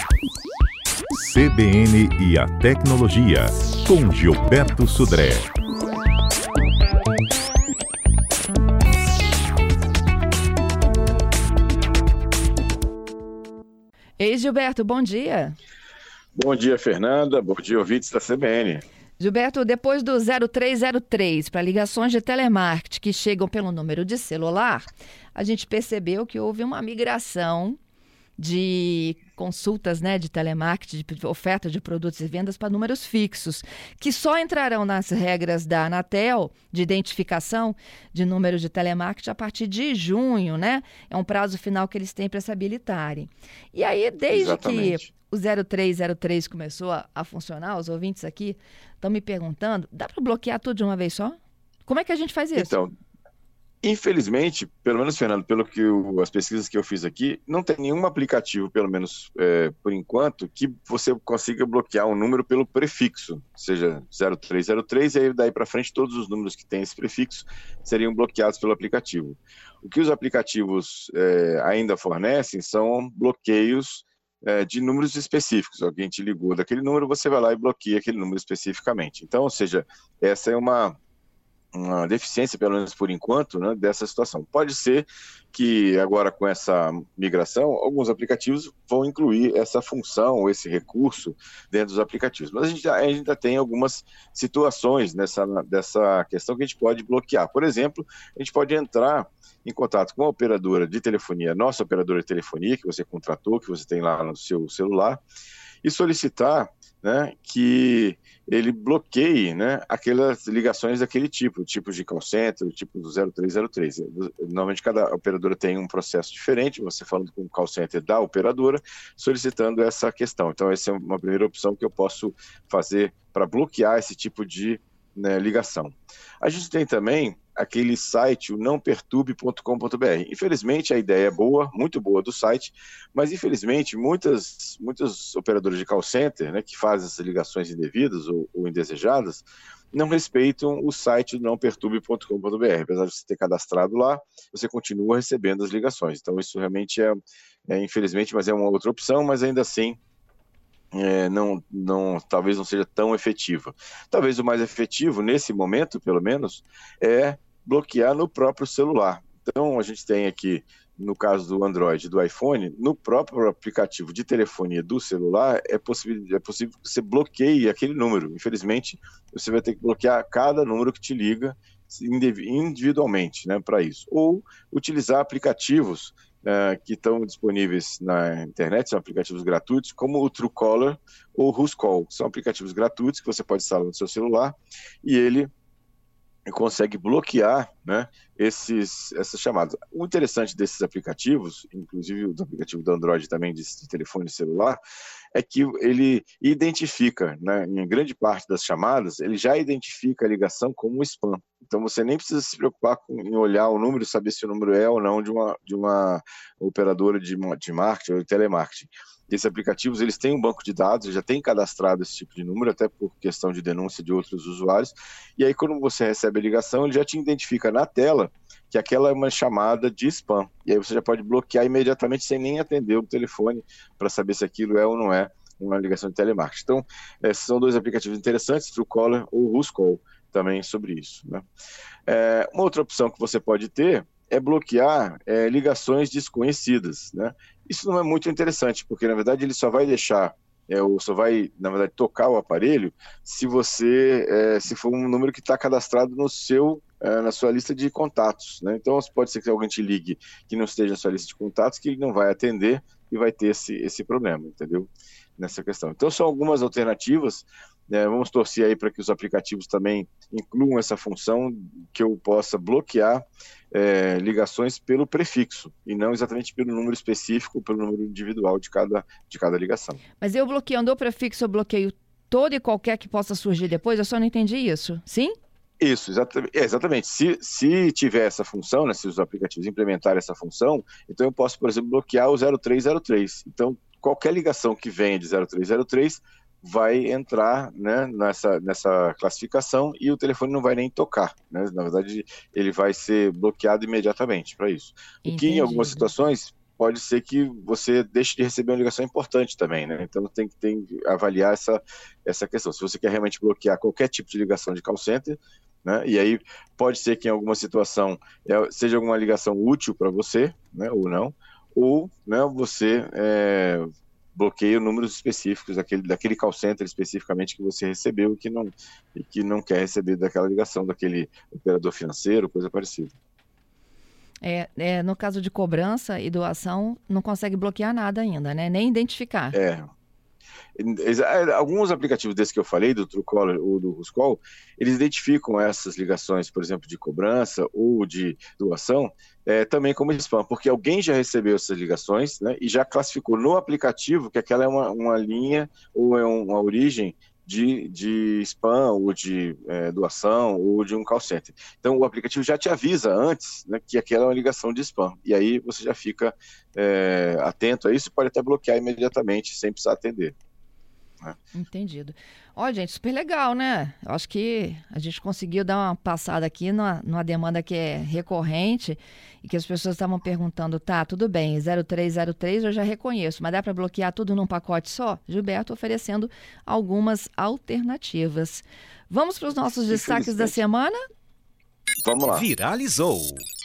CBN e a Tecnologia, com Gilberto Sudré. Ei, Gilberto, bom dia. Bom dia, Fernanda. Bom dia, ouvintes da CBN. Gilberto, depois do 0303 para ligações de telemarketing que chegam pelo número de celular, a gente percebeu que houve uma migração de consultas, de telemarketing, de oferta de produtos e vendas para números fixos, que só entrarão nas regras da Anatel de identificação de números de telemarketing a partir de junho, É um prazo final que eles têm para se habilitarem. E aí, desde que o 0303 começou a funcionar, os ouvintes aqui estão me perguntando, dá para bloquear tudo de uma vez só? Como é que a gente faz isso? Então, infelizmente, pelo menos, Fernando, pelo que as pesquisas que eu fiz aqui, não tem nenhum aplicativo, pelo menos por enquanto, que você consiga bloquear um número pelo prefixo, seja 0303, e aí daí para frente todos os números que têm esse prefixo seriam bloqueados pelo aplicativo. O que os aplicativos ainda fornecem são bloqueios de números específicos. Alguém te ligou daquele número, você vai lá e bloqueia aquele número especificamente. Então, ou seja, essa é uma deficiência, pelo menos por enquanto, dessa situação. Pode ser que agora com essa migração, alguns aplicativos vão incluir essa função, esse recurso dentro dos aplicativos. Mas a gente ainda tem algumas situações dessa questão que a gente pode bloquear. Por exemplo, a gente pode entrar em contato com a operadora de telefonia, nossa operadora de telefonia, que você contratou, que você tem lá no seu celular, e solicitar que ele bloqueie aquelas ligações daquele tipo de call center, o tipo do 0303. Normalmente cada operadora tem um processo diferente, você falando com o call center da operadora, solicitando essa questão. Então essa é uma primeira opção que eu posso fazer para bloquear esse tipo de ligação. A gente tem também aquele site, o nãoperturbe.com.br. Infelizmente, a ideia é boa, muito boa do site, mas infelizmente muitas operadoras de call center, que fazem essas ligações indevidas ou indesejadas, não respeitam o site do nãoperturbe.com.br. Apesar de você ter cadastrado lá, você continua recebendo as ligações. Então isso realmente infelizmente, mas é uma outra opção, mas ainda assim talvez não seja tão efetiva. Talvez o mais efetivo, nesse momento, pelo menos, é bloquear no próprio celular. Então, a gente tem aqui, no caso do Android e do iPhone, no próprio aplicativo de telefonia do celular, é possível que você bloqueie aquele número. Infelizmente, você vai ter que bloquear cada número que te liga individualmente, para isso. Ou utilizar aplicativos que estão disponíveis na internet, são aplicativos gratuitos, como o Truecaller ou o Whoscall. São aplicativos gratuitos que você pode instalar no seu celular e ele consegue bloquear essas chamadas. O interessante desses aplicativos, inclusive o aplicativo do Android também de telefone celular, é que ele identifica, em grande parte das chamadas, ele já identifica a ligação como spam. Então você nem precisa se preocupar em olhar o número e saber se o número é ou não de uma operadora de marketing ou de telemarketing. Esses aplicativos, eles têm um banco de dados, já tem cadastrado esse tipo de número, até por questão de denúncia de outros usuários, e aí quando você recebe a ligação, ele já te identifica na tela que aquela é uma chamada de spam, e aí você já pode bloquear imediatamente sem nem atender o telefone para saber se aquilo é ou não é uma ligação de telemarketing. Então, esses são dois aplicativos interessantes, Truecaller ou Whoscall, também sobre isso. Uma outra opção que você pode ter é bloquear ligações desconhecidas. Isso não é muito interessante, porque na verdade ele só vai deixar, só vai, na verdade, tocar o aparelho se for um número que está cadastrado na sua lista de contatos. Então pode ser que alguém te ligue que não esteja na sua lista de contatos, que ele não vai atender e vai ter esse problema, entendeu? Nessa questão. Então são algumas alternativas. Vamos torcer aí para que os aplicativos também incluam essa função que eu possa bloquear ligações pelo prefixo e não exatamente pelo número específico, pelo número individual de cada ligação. Mas eu bloqueando o prefixo, eu bloqueio todo e qualquer que possa surgir depois? Eu só não entendi isso. Sim? Isso, exatamente. Se tiver essa função, se os aplicativos implementarem essa função, então eu posso, por exemplo, bloquear o 0303. Então, qualquer ligação que venha de 0303 vai entrar nessa classificação e o telefone não vai nem tocar. Na verdade, ele vai ser bloqueado imediatamente para isso. O que em algumas situações pode ser que você deixe de receber uma ligação importante também, né? Então tem que avaliar essa questão. Se você quer realmente bloquear qualquer tipo de ligação de call center, né? E aí pode ser que em alguma situação seja alguma ligação útil para você, né? Ou não, ou, né, você bloqueia números específicos daquele call center especificamente que você recebeu e que não quer receber daquela ligação daquele operador financeiro, coisa parecida. No caso de cobrança e doação, não consegue bloquear nada ainda, né? Nem identificar. Alguns aplicativos desses que eu falei, do Truecaller ou do Whoscall, eles identificam essas ligações, por exemplo, de cobrança ou de doação, também como spam, porque alguém já recebeu essas ligações, né, e já classificou no aplicativo que aquela é uma linha ou é uma origem de spam ou de doação ou de um call center. Então o aplicativo já te avisa antes, né, que aquela é uma ligação de spam, e aí você já fica atento a isso e pode até bloquear imediatamente sem precisar atender. Entendido. Ó, gente, super legal, né? Acho que a gente conseguiu dar uma passada aqui numa demanda que é recorrente e que as pessoas estavam perguntando, tá, tudo bem, 0303 eu já reconheço, mas dá para bloquear tudo num pacote só? Gilberto oferecendo algumas alternativas. Vamos para os nossos destaques da semana? Vamos lá. Viralizou.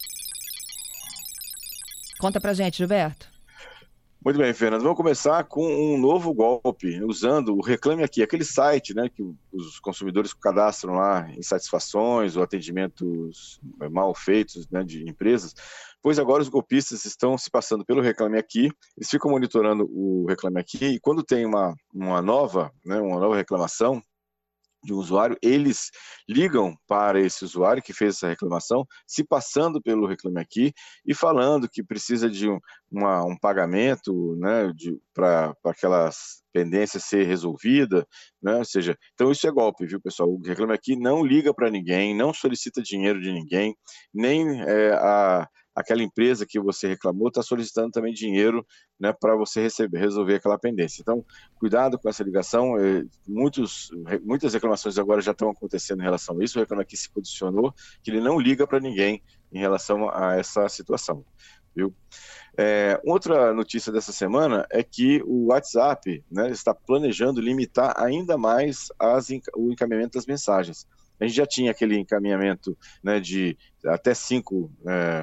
Conta pra gente, Gilberto. Muito bem, Fernando. Vamos começar com um novo golpe, usando o Reclame Aqui, aquele site, né, que os consumidores cadastram lá insatisfações ou atendimentos mal feitos, né, de empresas, pois agora os golpistas estão se passando pelo Reclame Aqui, eles ficam monitorando o Reclame Aqui e quando tem uma nova reclamação de um usuário, eles ligam para esse usuário que fez essa reclamação, se passando pelo Reclame Aqui e falando que precisa de um pagamento, né, para aquelas pendências ser resolvida, né, ou seja, então isso é golpe, viu, pessoal? O Reclame Aqui não liga para ninguém, não solicita dinheiro de ninguém, nem aquela empresa que você reclamou está solicitando também dinheiro, né, para você resolver aquela pendência. Então, cuidado com essa ligação, muitas reclamações agora já estão acontecendo em relação a isso, o Reclame Aqui se posicionou que ele não liga para ninguém em relação a essa situação, viu? Outra notícia dessa semana é que o WhatsApp, né, está planejando limitar ainda mais o encaminhamento das mensagens. A gente já tinha aquele encaminhamento, né, de até 5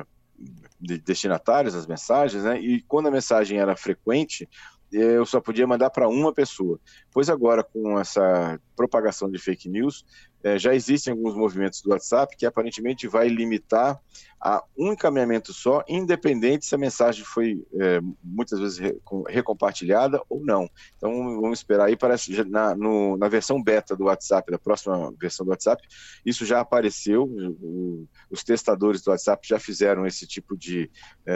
de destinatários das mensagens, né? E quando a mensagem era frequente, eu só podia mandar para uma pessoa. Pois agora, com essa propagação de fake news, já existem alguns movimentos do WhatsApp que aparentemente vai limitar a um encaminhamento só, independente se a mensagem foi muitas vezes recompartilhada ou não. Então vamos esperar aí, parece na versão beta do WhatsApp, da próxima versão do WhatsApp, isso já apareceu, os testadores do WhatsApp já fizeram esse tipo de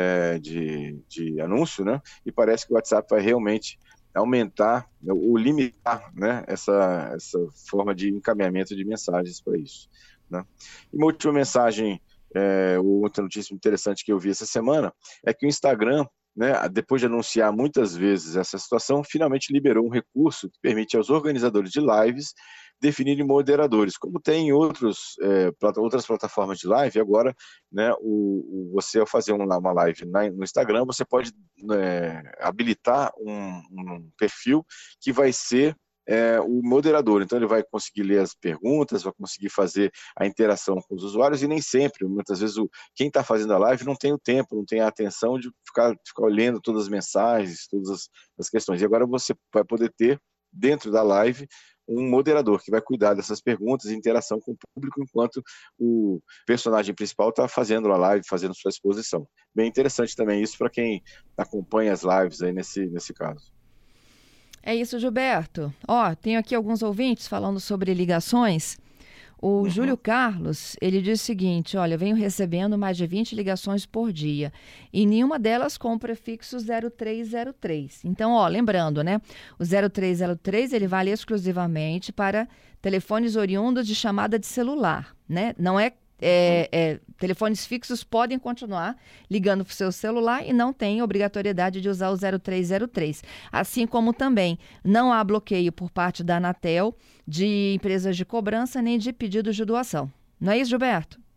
anúncio, né? E parece que o WhatsApp vai realmente aumentar ou limitar, né, essa forma de encaminhamento de mensagens para isso, né? E uma última mensagem, outra notícia interessante que eu vi essa semana, é que o Instagram, né, depois de anunciar muitas vezes essa situação, finalmente liberou um recurso que permite aos organizadores de lives definirem moderadores, como tem em outras plataformas de live. Agora, né, você ao fazer uma live no Instagram, você pode habilitar um perfil que vai ser o moderador, então ele vai conseguir ler as perguntas, vai conseguir fazer a interação com os usuários, e nem sempre, muitas vezes quem está fazendo a live não tem o tempo, não tem a atenção de ficar olhando todas as mensagens, todas as questões, e agora você vai poder ter dentro da live um moderador que vai cuidar dessas perguntas e interação com o público enquanto o personagem principal está fazendo a live, fazendo sua exposição. Bem interessante também isso para quem acompanha as lives aí nesse caso. É isso, Gilberto. Tenho aqui alguns ouvintes falando sobre ligações. O Júlio Carlos, ele diz o seguinte, olha, venho recebendo mais de 20 ligações por dia e nenhuma delas com o prefixo 0303. Então, lembrando, né, o 0303 ele vale exclusivamente para telefones oriundos de chamada de celular, né? Não telefones fixos podem continuar ligando para o seu celular e não tem obrigatoriedade de usar o 0303. Assim como também não há bloqueio por parte da Anatel de empresas de cobrança nem de pedidos de doação. Não é isso, Gilberto?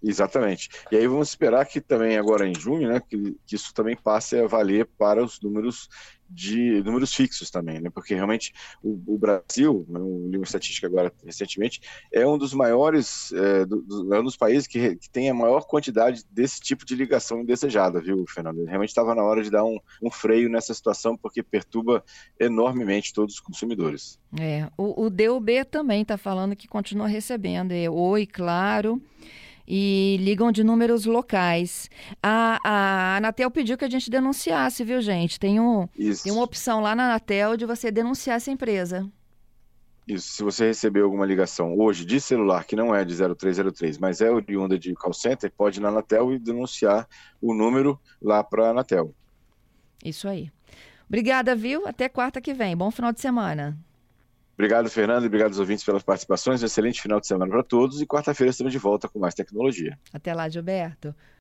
Exatamente. E aí vamos esperar que também agora em junho, né, que isso também passe a valer para os números fixos também, né, porque realmente o Brasil, eu li uma estatística agora recentemente, é um dos maiores, é um dos países que tem a maior quantidade desse tipo de ligação indesejada, viu, Fernando? Realmente estava na hora de dar um freio nessa situação, porque perturba enormemente todos os consumidores. O DUB também está falando que continua recebendo, Oi, Claro, e ligam de números locais. A Anatel pediu que a gente denunciasse, viu, gente? Tem uma opção lá na Anatel de você denunciar essa empresa. Isso, se você recebeu alguma ligação hoje de celular que não é de 0303, mas é oriunda de call center, pode ir na Anatel e denunciar o número lá para a Anatel. Isso aí. Obrigada, viu? Até quarta que vem. Bom final de semana. Obrigado, Fernando, e obrigado aos ouvintes pelas participações. Um excelente final de semana para todos e quarta-feira estamos de volta com mais tecnologia. Até lá, Gilberto.